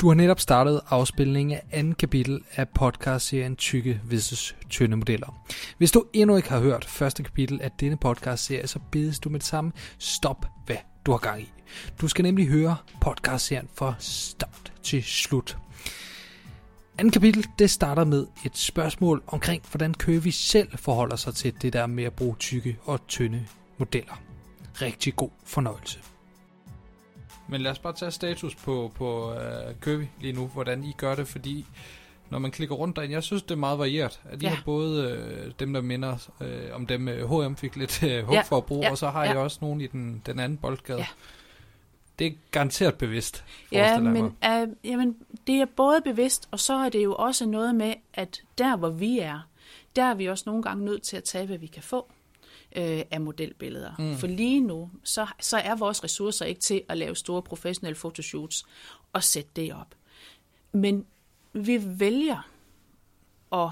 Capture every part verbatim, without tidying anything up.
Du har netop startet afspilningen af andet kapitel af podcastserien Tykke versus Tynde modeller. Hvis du endnu ikke har hørt første kapitel af denne podcastserie, så bedes du med det samme stop, hvad du har gang i. Du skal nemlig høre podcastserien fra start til slut. Andet kapitel, det starter med et spørgsmål omkring, hvordan Curvy selv forholder sig til det der med at bruge tykke og tynde modeller. Rigtig god fornøjelse. Men lad os bare tage status på, på uh, Curvy lige nu, hvordan I gør det, fordi når man klikker rundt derinde, jeg synes, det er meget varieret. At I ja. har både uh, dem, der minder uh, om dem, H og M fik lidt uh, hug ja. for at bruge, ja. og så har ja. I også nogen i den, den anden boldgade. Ja. Det er garanteret bevidst, ja, men uh, jamen, det er både bevidst, og så er det jo også noget med, at der, hvor vi er, der er vi også nogle gange nødt til at tage, hvad vi kan få øh, af modelbilleder. Mm. For lige nu, så, så er vores ressourcer ikke til at lave store professionelle fotoshoots og sætte det op. Men vi vælger at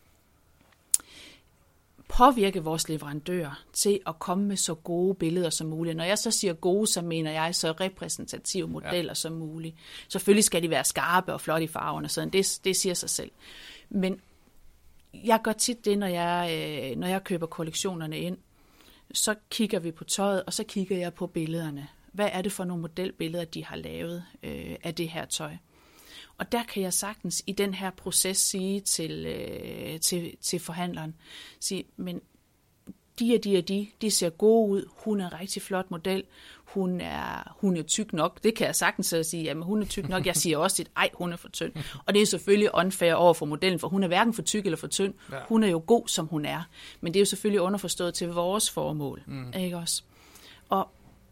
påvirke vores leverandører til at komme med så gode billeder som muligt. Når jeg så siger gode, så mener jeg så repræsentative modeller ja. som muligt. Selvfølgelig skal de være skarpe og flotte i farverne, sådan det, det siger sig selv. Men jeg gør tit det, når jeg, når jeg køber kollektionerne ind, så kigger vi på tøjet, og så kigger jeg på billederne. Hvad er det for nogle modelbilleder, de har lavet øh, af det her tøj? Og der kan jeg sagtens i den her proces sige til, øh, til, til forhandleren, sige, men de og de og de, de ser gode ud, hun er en rigtig flot model, hun er, hun er tyk nok, det kan jeg sagtens sige, jamen hun er tyk nok, jeg siger også et, ej, hun er for tynd. Og det er selvfølgelig unfair over for modellen, for hun er hverken for tyk eller for tynd, hun er jo god, som hun er, men det er jo selvfølgelig underforstået til vores formål, mm. ikke også? Og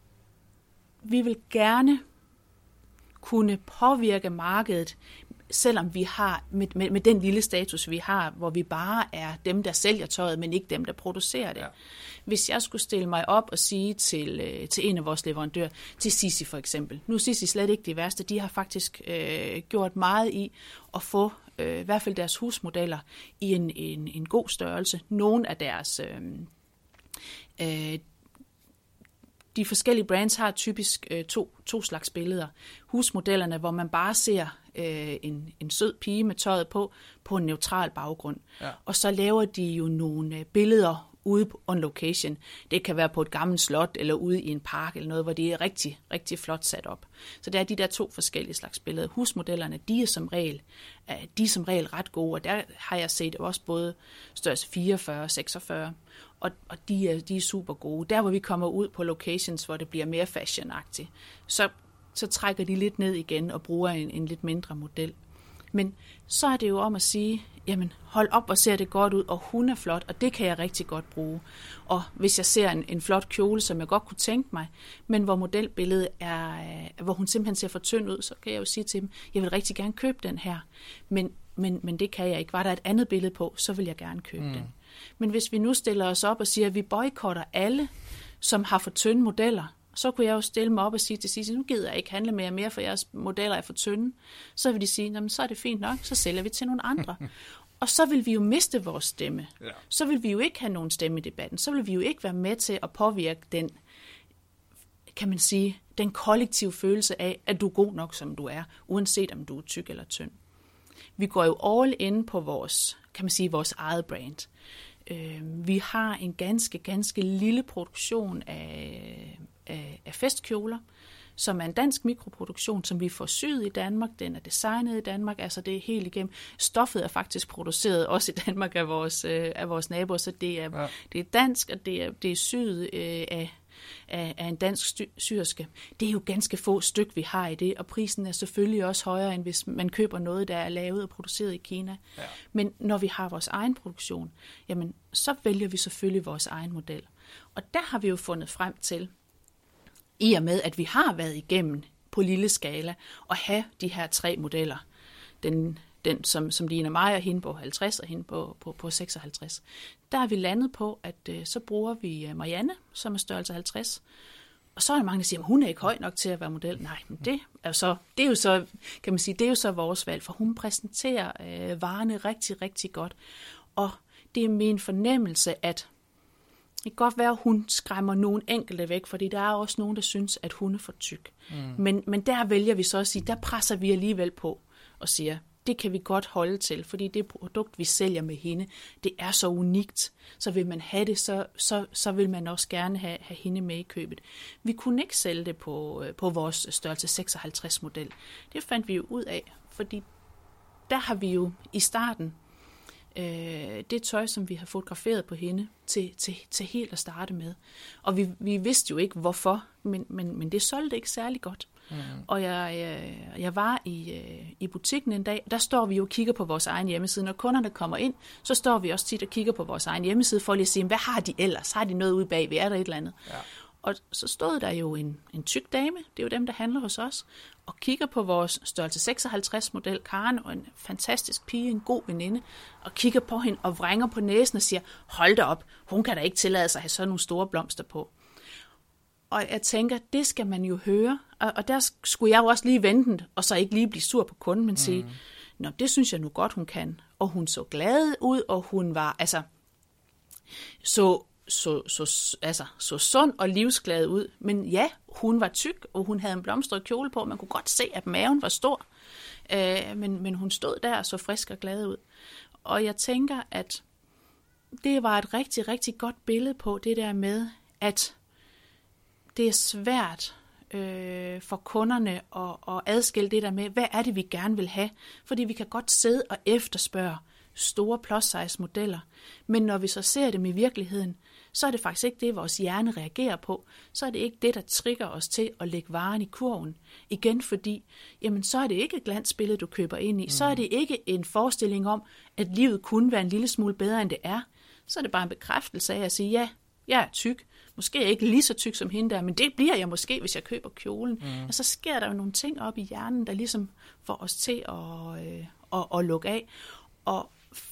vi vil gerne kunne påvirke markedet, selvom vi har, med, med, med den lille status, vi har, hvor vi bare er dem, der sælger tøjet, men ikke dem, der producerer det. Ja. Hvis jeg skulle stille mig op og sige til, til en af vores leverandører, til Sisi for eksempel, nu er Sisi slet ikke det værste, de har faktisk øh, gjort meget i at få øh, i hvert fald deres husmodeller i en, en, en god størrelse. Nogle af deres øh, øh, De forskellige brands har typisk øh, to, to slags billeder. Husmodellerne, hvor man bare ser øh, en, en sød pige med tøjet på, på en neutral baggrund. Ja. Og så laver de jo nogle øh, billeder ude on location. Det kan være på et gammelt slot, eller ude i en park, eller noget, hvor det er rigtig, rigtig flot sat op. Så der er de der to forskellige slags billeder. Husmodellerne, de er som regel, de er som regel ret gode, og der har jeg set også både størrelse fireogfyrre og seksogfyrre, og, og de, er, de er super gode. Der, hvor vi kommer ud på locations, hvor det bliver mere fashionagtigt, så, så trækker de lidt ned igen og bruger en, en lidt mindre model. Men så er det jo om at sige, jamen hold op og ser det godt ud, og hun er flot, og det kan jeg rigtig godt bruge. Og hvis jeg ser en, en flot kjole, som jeg godt kunne tænke mig, men hvor modelbilledet er, hvor hun simpelthen ser for tynd ud, så kan jeg jo sige til dem, jeg vil rigtig gerne købe den her, men, men, men det kan jeg ikke. Var der et andet billede på, så vil jeg gerne købe mm. den. Men hvis vi nu stiller os op og siger, at vi boykotter alle, som har for tynde modeller, så kunne jeg jo stille mig op og sige til Sisi, nu gider jeg ikke handle mere mere, for jeres modeller er for tynde. Så vil de sige, jamen, så er det fint nok, så sælger vi til nogle andre. Og så vil vi jo miste vores stemme. Ja. Så vil vi jo ikke have nogen stemme i debatten. Så vil vi jo ikke være med til at påvirke den, kan man sige, den kollektive følelse af, at du er god nok, som du er, uanset om du er tyk eller tynd. Vi går jo all in på vores, kan man sige, vores eget brand. Vi har en ganske, ganske lille produktion af, af, af festkjoler, som er en dansk mikroproduktion, som vi får syet i Danmark. Den er designet i Danmark, altså det er helt igennem. Stoffet er faktisk produceret også i Danmark af vores, af vores naboer, så det er, ja. det er dansk, og det er, det er syet af, af, af en dansk syrske. Det er jo ganske få styk, vi har i det, og prisen er selvfølgelig også højere, end hvis man køber noget, der er lavet og produceret i Kina. Ja. Men når vi har vores egen produktion, jamen, så vælger vi selvfølgelig vores egen model. Og der har vi jo fundet frem til, i og med, at vi har været igennem på lille skala, at have de her tre modeller. Den, den som, som ligner mig, og hende på halvtreds, og hende på, på, på seksoghalvtreds. Der er vi landet på, at øh, så bruger vi Marianne, som er størrelse halvtreds. Og så er der mange, der siger, at hun er ikke høj nok til at være model. Nej, men det er jo så, det er jo så, kan man sige, det er jo så vores valg, for hun præsenterer øh, varerne rigtig, rigtig godt. Og det er min fornemmelse, at Det kan godt være, at hun skræmmer nogle enkelte væk, fordi der er også nogen, der synes, at hun er for tyk. Mm. Men, men der vælger vi så at sige, der presser vi alligevel på og siger, det kan vi godt holde til, fordi det produkt, vi sælger med hende, det er så unikt. Så vil man have det, så, så, så vil man også gerne have, have hende med i købet. Vi kunne ikke sælge det på, på vores størrelse seksoghalvtreds model. Det fandt vi jo ud af, fordi der har vi jo i starten øh, det tøj, som vi har fotograferet på hende, til, til, til helt at starte med. Og vi, vi vidste jo ikke, hvorfor, men, men, men det solgte ikke særlig godt. Mm. Og jeg, jeg, jeg var i, i butikken en dag, der står vi jo og kigger på vores egen hjemmeside. Når kunderne kommer ind, så står vi også tit og kigger på vores egen hjemmeside, for lige at se, hvad har de ellers? Har de noget ude bagved? Er der et eller andet? Ja. Og så stod der jo en, en tyk dame, det er jo dem, der handler hos os, og kigger på vores størrelse seksoghalvtreds model, Karen, og en fantastisk pige, en god veninde, og kigger på hende og vrænger på næsen og siger, hold da op, hun kan da ikke tillade sig at have sådan nogle store blomster på. Og jeg tænker, det skal man jo høre, og, og der skulle jeg jo også lige vente, og så ikke lige blive sur på kunden, men sige, mm. nå, det synes jeg nu godt, hun kan. Og hun så glad ud, og hun var, altså, så... Så, så, altså, så sund og livsglad ud. Men ja, hun var tyk, og hun havde en blomstret kjole på. Man kunne godt se, at maven var stor. Øh, men, men hun stod der og så frisk og glad ud. Og jeg tænker, at det var et rigtig, rigtig godt billede på det der med, at det er svært øh, for kunderne at, at adskille det der med, hvad er det, vi gerne vil have? Fordi vi kan godt sidde og efterspørge store plus-size modeller. Men når vi så ser dem i virkeligheden, så er det faktisk ikke det, vores hjerne reagerer på. Så er det ikke det, der trigger os til at lægge varen i kurven. Igen fordi, jamen så er det ikke et glansbillede, du køber ind i. Mm. Så er det ikke en forestilling om, at livet kunne være en lille smule bedre, end det er. Så er det bare en bekræftelse af at sige, ja, jeg er tyk. Måske er jeg ikke lige så tyk som hende der, men det bliver jeg måske, hvis jeg køber kjolen. Mm. Og så sker der jo nogle ting op i hjernen, der ligesom får os til at, øh, at, at lukke af. Og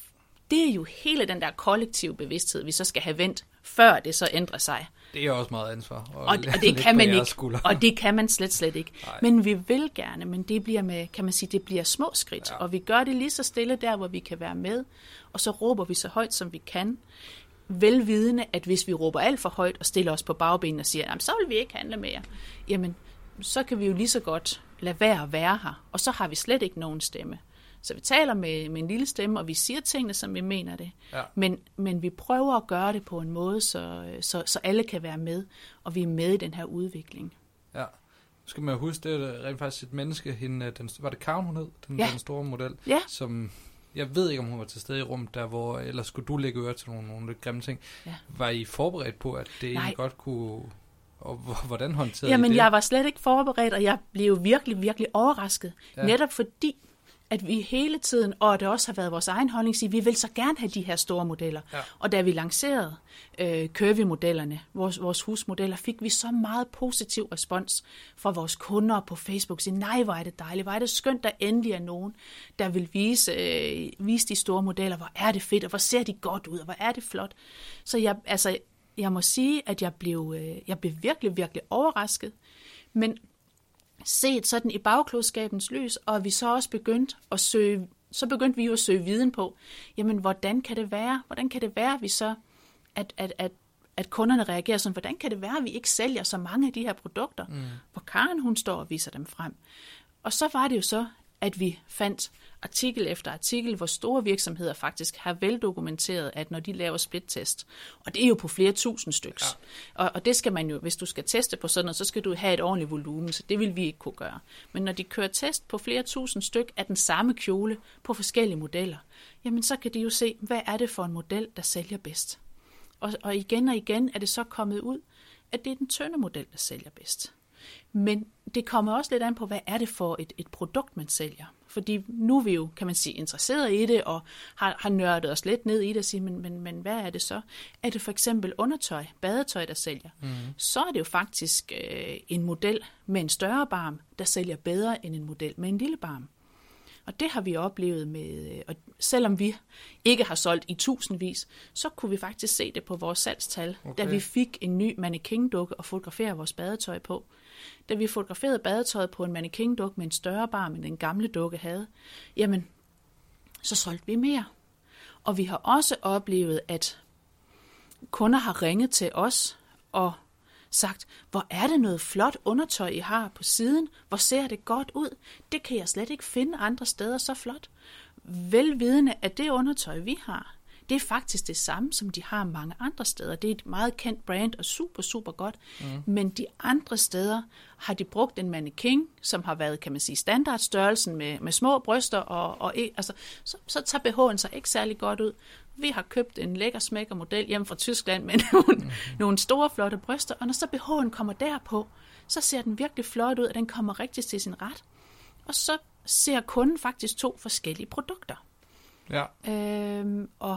det er jo hele den der kollektive bevidsthed, vi så skal have vendt, før det så ændrer sig. Det er også meget ansvar. Og, og, det kan man ikke, og det kan man slet, slet ikke. Nej. Men vi vil gerne, men det bliver med, kan man sige, det bliver små skridt. Ja. Og vi gør det lige så stille der, hvor vi kan være med. Og så råber vi så højt, som vi kan. Velvidende, at hvis vi råber alt for højt og stiller os på bagbenene og siger, jamen, så vil vi ikke handle mere. Jamen, så kan vi jo lige så godt lade være at være her. Og så har vi slet ikke nogen stemme. Så vi taler med, med en lille stemme, og vi siger tingene, som vi mener det. Ja. Men, men vi prøver at gøre det på en måde, så, så, så alle kan være med, og vi er med i den her udvikling. Ja, nu skal man huske, det er rent faktisk et menneske, hende, den, var det Karen, hun hed, den, ja. den store model, ja. Som, jeg ved ikke, om hun var til stede i rummet, der hvor, eller skulle du lægge øre til nogle, nogle lidt grimme ting. Ja. Var I forberedt på, at det egentlig godt kunne... Og hvordan håndterede Jamen, I det? jeg var slet ikke forberedt, og jeg blev virkelig, virkelig overrasket. Ja. Netop fordi, at vi hele tiden, og det også har været vores egen holdning, siger, vi vil så gerne have de her store modeller. Ja. Og da vi lancerede øh, Curvy-modellerne, vores, vores husmodeller, fik vi så meget positiv respons fra vores kunder på Facebook. Sige, nej, hvor er det dejligt, hvor er det skønt, der endelig er nogen, der vil vise, øh, vise de store modeller, hvor er det fedt, og hvor ser de godt ud, og hvor er det flot. Så jeg, altså, jeg må sige, at jeg blev, øh, jeg blev virkelig, virkelig overrasket. Men set sådan i bagklodskabens lys, og vi så også begyndt at søge, så begyndte vi jo at søge viden på, jamen hvordan kan det være, hvordan kan det være, at vi så, at, at, at, at kunderne reagerer sådan, hvordan kan det være, at vi ikke sælger så mange af de her produkter, mm. hvor Karen hun står og viser dem frem. Og så var det jo så, at vi fandt artikel efter artikel, hvor store virksomheder faktisk har veldokumenteret, at når de laver splittest, og det er jo på flere tusind stykker, ja. og, og det skal man jo, hvis du skal teste på sådan noget, så skal du have et ordentligt volumen, så det vil vi ikke kunne gøre. Men når de kører test på flere tusind stykker af den samme kjole på forskellige modeller, jamen så kan de jo se, hvad er det for en model, der sælger bedst. Og, og igen og igen er det så kommet ud, at det er den tynde model, der sælger bedst. Men det kommer også lidt an på, hvad er det for et, et produkt, man sælger. Fordi nu er vi jo, kan man sige, interesseret i det, og har, har nørdet os lidt ned i det og sige, men, men, men hvad er det så? Er det for eksempel undertøj, badetøj, der sælger? Mm. Så er det jo faktisk øh, en model med en større barm, der sælger bedre end en model med en lille barm. Og det har vi oplevet med, og selvom vi ikke har solgt i tusindvis, så kunne vi faktisk se det på vores salgstal, okay. Da vi fik en ny mannequin-dukke at fotografere vores badetøj på. Da vi fotograferede badetøjet på en mannequin-dukke med en større barm, end den gamle dukke havde, jamen, så solgte vi mere. Og vi har også oplevet, at kunder har ringet til os og sagt, hvor er det noget flot undertøj, I har på siden? Hvor ser det godt ud? Det kan jeg slet ikke finde andre steder så flot. Velvidende, at det undertøj, vi har, det er faktisk det samme, som de har mange andre steder. Det er et meget kendt brand og super, super godt. Mm. Men de andre steder har de brugt en mannequin, som har været, kan man sige, standardstørrelsen med, med små bryster, og, og altså, så, så tager B H'en sig ikke særlig godt ud. Vi har købt en lækker smækker model hjemme fra Tyskland med nogle, mm. nogle store, flotte bryster, og når så B H'en kommer derpå, så ser den virkelig flot ud, og den kommer rigtig til sin ret. Og så ser kunden faktisk to forskellige produkter. Ja. Øhm, og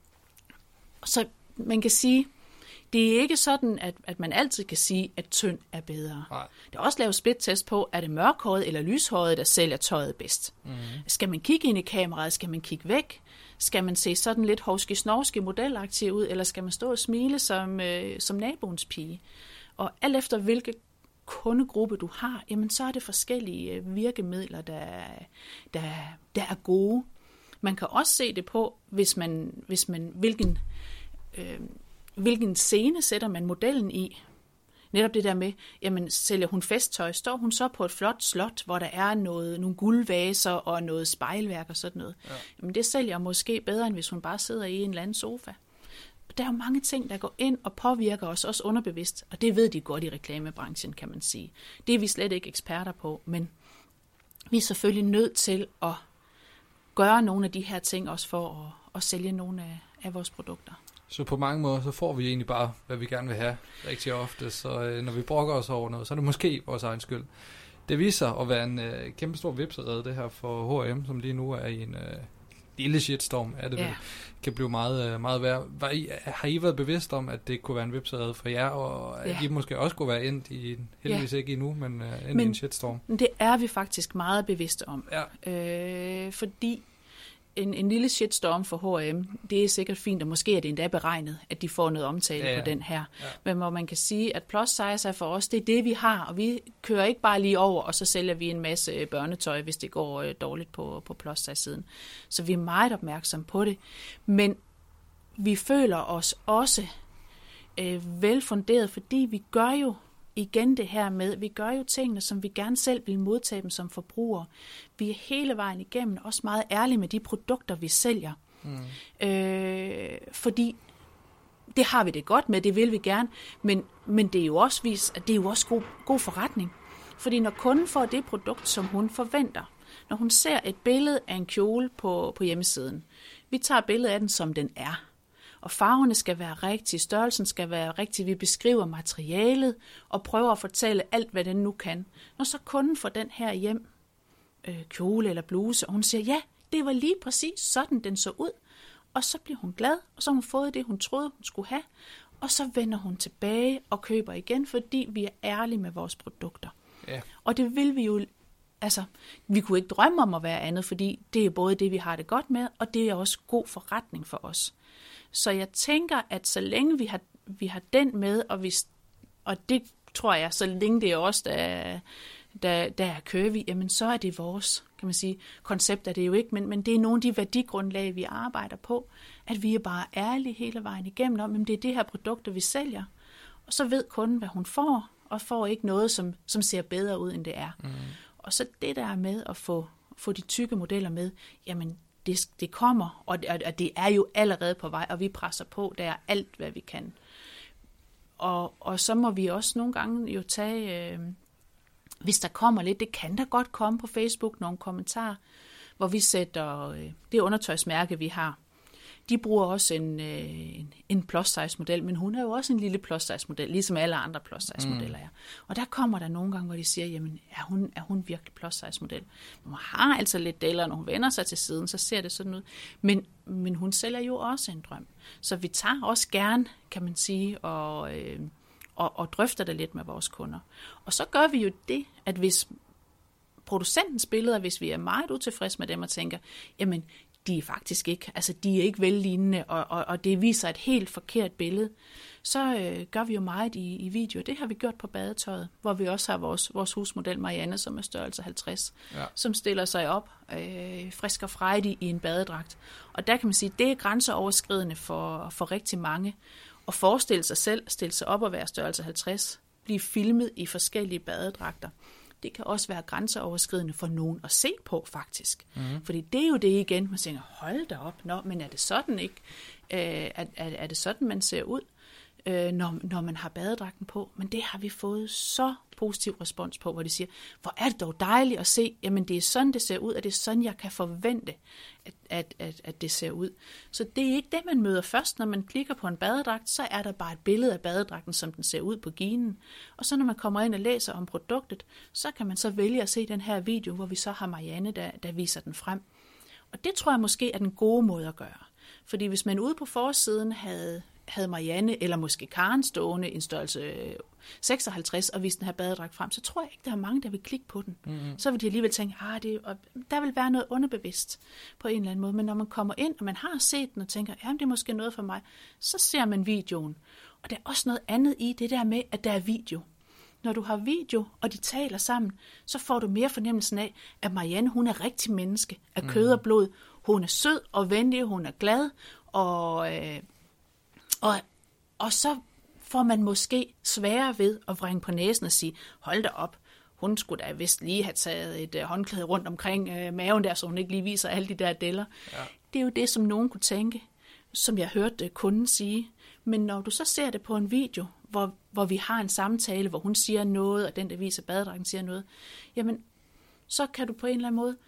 så man kan sige, det er ikke sådan, at, at man altid kan sige, at tynd er bedre. Nej. Der er også lavet split-test på, er det mørkhåret eller lyshåret, der sælger tøjet bedst. Mm. Skal man kigge ind i kameraet, skal man kigge væk? Skal man se sådan lidt hovski-snovski modelaktiv ud, eller skal man stå og smile som, øh, som naboens pige? Og alt efter hvilke kundegruppe du har, jamen så er det forskellige virkemidler, der, der, der er gode. Man kan også se det på, hvis man, hvis man, hvilken, øh, hvilken scene sætter man modellen i. Netop det der med, jamen sælger hun festtøj, står hun så på et flot slot, hvor der er noget, nogle guldvaser og noget spejlværk og sådan noget. Ja. Jamen det sælger måske bedre, end hvis hun bare sidder i en eller anden sofa. Der er jo mange ting, der går ind og påvirker os også underbevidst, og det ved de godt i reklamebranchen, kan man sige. Det er vi slet ikke eksperter på, men vi er selvfølgelig nødt til at gøre nogle af de her ting også for at, at sælge nogle af, af vores produkter. Så på mange måder, så får vi egentlig bare, hvad vi gerne vil have rigtig ofte. Så øh, når vi brokker os over noget, så er det måske vores egen skyld. Det viser at være en øh, kæmpe stor vipserede, det her for H og M, som lige nu er i en øh, lille shitstorm. Er det ja. vel, kan blive meget, øh, meget værd. Var I, har I været bevidst om, at det kunne være en vipserede for jer, og at ja. I måske også kunne være endt i, heldigvis ja. ikke endnu, men øh, endt men, i en shitstorm? Det er vi faktisk meget bevidste om. Ja. Øh, fordi En, en lille shitstorm for H og M, det er sikkert fint, og måske er det endda beregnet, at de får noget omtale ja, ja. på den her. Ja. Men hvor man kan sige, at plus size er for os, det er det, vi har, og vi kører ikke bare lige over, og så sælger vi en masse børnetøj, hvis det går øh, dårligt på, på plus size-siden. Så vi er meget opmærksomme på det. Men vi føler os også øh, velfunderet, fordi vi gør jo igen det her med, vi gør jo tingene, som vi gerne selv vil modtage dem som forbrugere. Vi er hele vejen igennem også meget ærlige med de produkter, vi sælger. Mm. Øh, fordi det har vi det godt med, det vil vi gerne, men, men det er jo også vist, at det er jo også god, god forretning. Fordi når kunden får det produkt, som hun forventer, når hun ser et billede af en kjole på, på hjemmesiden, vi tager billedet af den, som den er. Og farverne skal være rigtige, størrelsen skal være rigtig. Vi beskriver materialet og prøver at fortælle alt, hvad den nu kan. Når så kunden får den her hjem, øh, kjole eller bluse, og hun siger, ja, det var lige præcis sådan, den så ud. Og så bliver hun glad, og så har hun fået det, hun troede, hun skulle have. Og så vender hun tilbage og køber igen, fordi vi er ærlige med vores produkter. Ja. Og det vil vi jo, altså, vi kunne ikke drømme om at være andet, fordi det er både det, vi har det godt med, og det er også god forretning for os. Så jeg tænker, at så længe vi har, vi har den med, og, vi, og det tror jeg, så længe det er os, der, der, der er curvy, jamen så er det vores, kan man sige, koncept er det jo ikke, men, men det er nogle af de værdigrundlag, vi arbejder på, at vi er bare ærlige hele vejen igennem om, at det er det her produkter, vi sælger, og så ved kunden, hvad hun får, og får ikke noget, som, som ser bedre ud, end det er. Mm. Og så det der med at få, få de tykke modeller med, jamen Det, det kommer, og det, og det er jo allerede på vej, og vi presser på, der er alt, hvad vi kan. Og, og så må vi også nogle gange jo tage, øh, hvis der kommer lidt, det kan der godt komme på Facebook, nogle kommentarer, hvor vi sætter øh, det undertøjsmærke, vi har. De bruger også en, øh, en, en plus-size-model, men hun er jo også en lille plus-size-model, ligesom alle andre plus-size-modeller er. Og der kommer der nogle gange, hvor de siger, jamen, er hun, er hun virkelig plus-size-model? Hun har altså lidt deler, når hun vender sig til siden, så ser det sådan ud. Men, men hun sælger jo også en drøm. Så vi tager også gerne, kan man sige, og, øh, og, og drøfter det lidt med vores kunder. Og så gør vi jo det, at hvis producentens billeder, hvis vi er meget utilfredse med dem og tænker, jamen, de er faktisk ikke, altså de er ikke vellignende, og, og, og det viser et helt forkert billede, så øh, gør vi jo meget i, i video. Det har vi gjort på badetøjet, hvor vi også har vores, vores husmodel Marianne, som er størrelse halvtreds, ja. Som stiller sig op øh, frisk og frejdig i en badedragt. Og der kan man sige, det er grænseoverskridende for, for rigtig mange. og forestille sig selv, stille sig op og være størrelse halvtreds, blive filmet i forskellige badedragter. Det kan også være grænseoverskridende for nogen at se på, faktisk. Mm. Fordi det er jo det igen, man tænker, hold da op, nå, men er det sådan ikke? Øh, er, er, er det sådan, man ser ud, øh, når, når man har badedragten på? Men det har vi fået så positiv respons på, hvor de siger, hvor er det dog dejligt at se, jamen det er sådan, det ser ud, og det er sådan, jeg kan forvente, at, at, at, at det ser ud. Så det er ikke det, man møder først, når man klikker på en badedragt, så er der bare et billede af badedragten, som den ser ud på ginen. Og så når man kommer ind og læser om produktet, så kan man så vælge at se den her video, hvor vi så har Marianne, der, der viser den frem. Og det tror jeg måske er den gode måde at gøre. Fordi hvis man ude på forsiden havde havde Marianne, eller måske Karen stående en størrelse seksoghalvtreds, og viste den her badedragt frem, så tror jeg ikke, der er mange, der vil klikke på den. Mm-hmm. Så vil de alligevel tænke, ah, det, og der vil være noget underbevidst på en eller anden måde. Men når man kommer ind, og man har set den, og tænker, ja, det er måske noget for mig, så ser man videoen. Og der er også noget andet i det der med, at der er video. Når du har video, og de taler sammen, så får du mere fornemmelsen af, at Marianne, hun er rigtig menneske, af kød og blod. Hun er sød og venlig, hun er glad, og... Øh, Og, og så får man måske sværere ved at vrænge på næsen og sige, hold da op, hun skulle da vist lige have taget et uh, håndklæde rundt omkring uh, maven der, så hun ikke lige viser alle de der deller. Ja. Det er jo det, som nogen kunne tænke, som jeg hørte uh, kunden sige. Men når du så ser det på en video, hvor, hvor vi har en samtale, hvor hun siger noget, og den, der viser badedragten, siger noget, jamen, så kan du på en eller anden måde,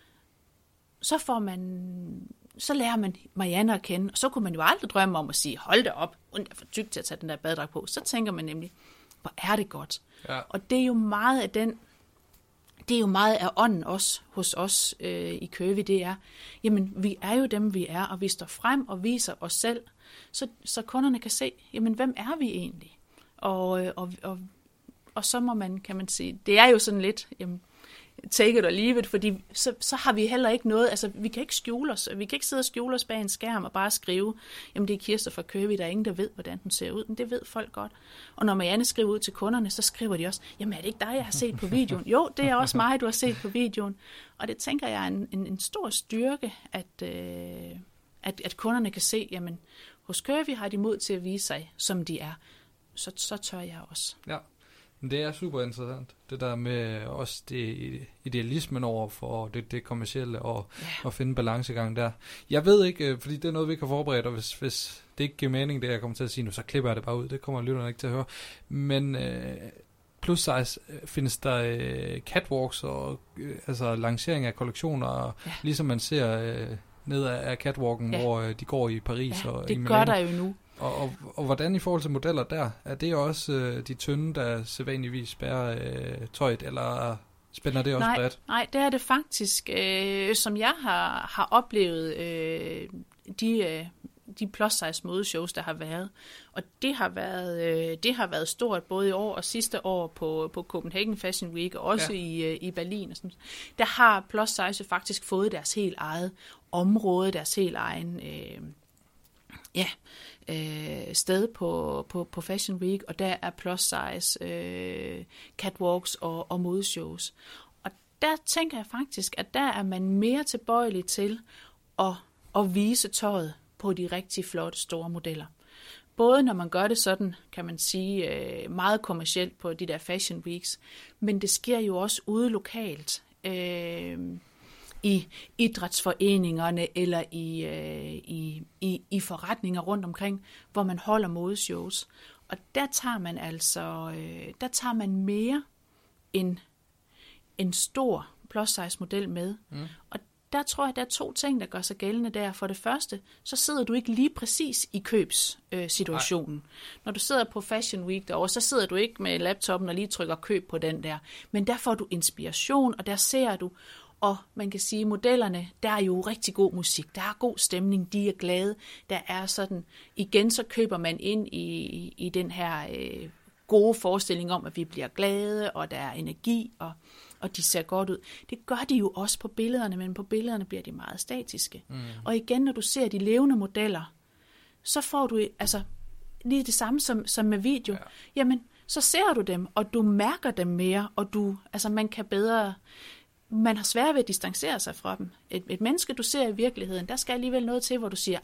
så får man... så lærer man Marianne at kende, og så kunne man jo aldrig drømme om at sige, hold da op, hun er for tyk til at tage den der badedragt på. Så tænker man nemlig, hvor er det godt. Ja. Og det er jo meget af den, det er jo meget af ånden også hos os øh, i Køge, det er, jamen vi er jo dem, vi er, og vi står frem og viser os selv, så, så kunderne kan se, jamen hvem er vi egentlig? Og, og, og, og så må man, kan man sige, det er jo sådan lidt, jamen, take it or leave it, fordi så, så har vi heller ikke noget, altså vi kan ikke skjule os, vi kan ikke sidde og skjule os bag en skærm og bare skrive, jamen det er Kirsten fra Køge, der er ingen, der ved, hvordan hun ser ud, men det ved folk godt. Og når Marianne skriver ud til kunderne, så skriver de også, jamen er det ikke dig, jeg har set på videoen? Jo, det er også mig, du har set på videoen. Og det tænker jeg er en, en, en stor styrke, at, øh, at, at kunderne kan se, jamen hos Køge har de mod til at vise sig, som de er. Så, så tør jeg også. Ja. Det er super interessant, det der med også det idealismen over for det, det kommercielle og yeah. at finde balancegang der. Jeg ved ikke, fordi det er noget, vi kan forberede, og hvis, hvis det ikke giver mening, det jeg kommer til at sige nu, så klipper jeg det bare ud. Det kommer lytterne ikke til at høre. Men øh, plus size findes der øh, catwalks og øh, altså lancering af kollektioner, og yeah. ligesom man ser øh, ned af catwalken, yeah. hvor øh, de går i Paris ja, og i i Milano. Det gør der jo nu. Og, og, og hvordan i forhold til modeller der, er det også øh, de tynde, der sædvanligvis bærer øh, tøjet, eller spænder det også nej, bredt? Nej, det er det faktisk. Øh, som jeg har, har oplevet øh, de, øh, de plus-size modeshows, der har været. Og det har været, øh, det har været stort både i år og sidste år på, på Copenhagen Fashion Week, og også ja. i, øh, i Berlin. Og sådan. Der har plus-size faktisk fået deres helt eget område, deres helt egen... Øh, ja, øh, sted på, på, på Fashion Week, og der er plus size øh, catwalks og, og modeshows. Og der tænker jeg faktisk, at der er man mere tilbøjelig til at, at vise tøjet på de rigtig flotte store modeller. Både når man gør det sådan, kan man sige, øh, meget kommercielt på de der Fashion Weeks, men det sker jo også ude lokalt. Øh, i idrætsforeningerne eller i, øh, i, i, i forretninger rundt omkring, hvor man holder modeshows. Og der tager man altså øh, der tager man mere en, en stor plus-size model med. Mm. Og der tror jeg, der er to ting, der gør sig gældende der. For det første, så sidder du ikke lige præcis i købssituationen. Øh, Når du sidder på Fashion Week derovre, så sidder du ikke med laptoppen og lige trykker køb på den der. Men der får du inspiration, og der ser du. Og man kan sige, at modellerne, der er jo rigtig god musik, der er god stemning, de er glade, der er sådan, igen så køber man ind i, i, i den her øh, gode forestilling om, at vi bliver glade, og der er energi, og, og de ser godt ud. Det gør de jo også på billederne, men på billederne bliver de meget statiske. Mm. Og igen, når du ser de levende modeller, så får du altså lige det samme som, som med video. Ja. Jamen, så ser du dem, og du mærker dem mere, og du, altså man kan bedre... Man har svært ved at distancere sig fra dem. Et, et menneske, du ser i virkeligheden, der skal alligevel noget til, hvor du siger, ej,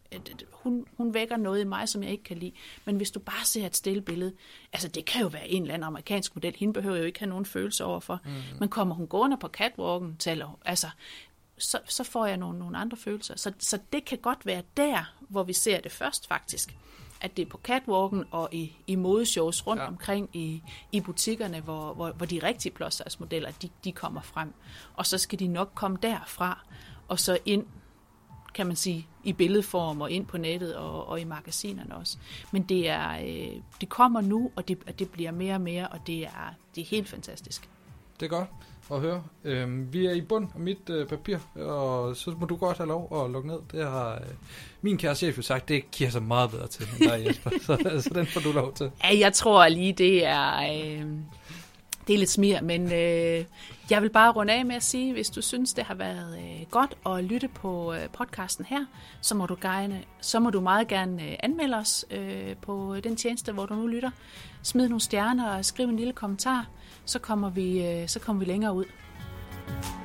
hun, hun vækker noget i mig, som jeg ikke kan lide. Men hvis du bare ser et stille billede, altså det kan jo være en eller anden amerikansk model, hende behøver jo ikke have nogen følelse overfor. Mm. Men kommer hun gående på catwalken, taler, altså, så, så får jeg nogle, nogle andre følelser. Så, så det kan godt være der, hvor vi ser det først faktisk. At det er på catwalken og i, i modeshows rundt ja. omkring i, i butikkerne, hvor, hvor, hvor de rigtige plus-size-modeller, de, de kommer frem. Og så skal de nok komme derfra, og så ind, kan man sige, i billedform og ind på nettet og, og i magasinerne også. Men det, er, øh, det kommer nu, og det, og det bliver mere og mere, og det er, det er helt fantastisk. Det er godt at høre. Øhm, vi er i bund af mit øh, papir, og så må du godt have lov at lukke ned. Det har øh, min kære chef jo sagt, det giver sig meget bedre til end dig, Jesper. så, så den får du lov til. Ja, jeg tror lige, det er, øh, det er lidt smir, men øh, jeg vil bare runde af med at sige, hvis du synes, det har været øh, godt at lytte på øh, podcasten her, så må du, gerne, så må du meget gerne øh, anmelde os øh, på den tjeneste, hvor du nu lytter. Smid nogle stjerner og skriv en lille kommentar, så kommer vi, øh, så kommer vi længere ud.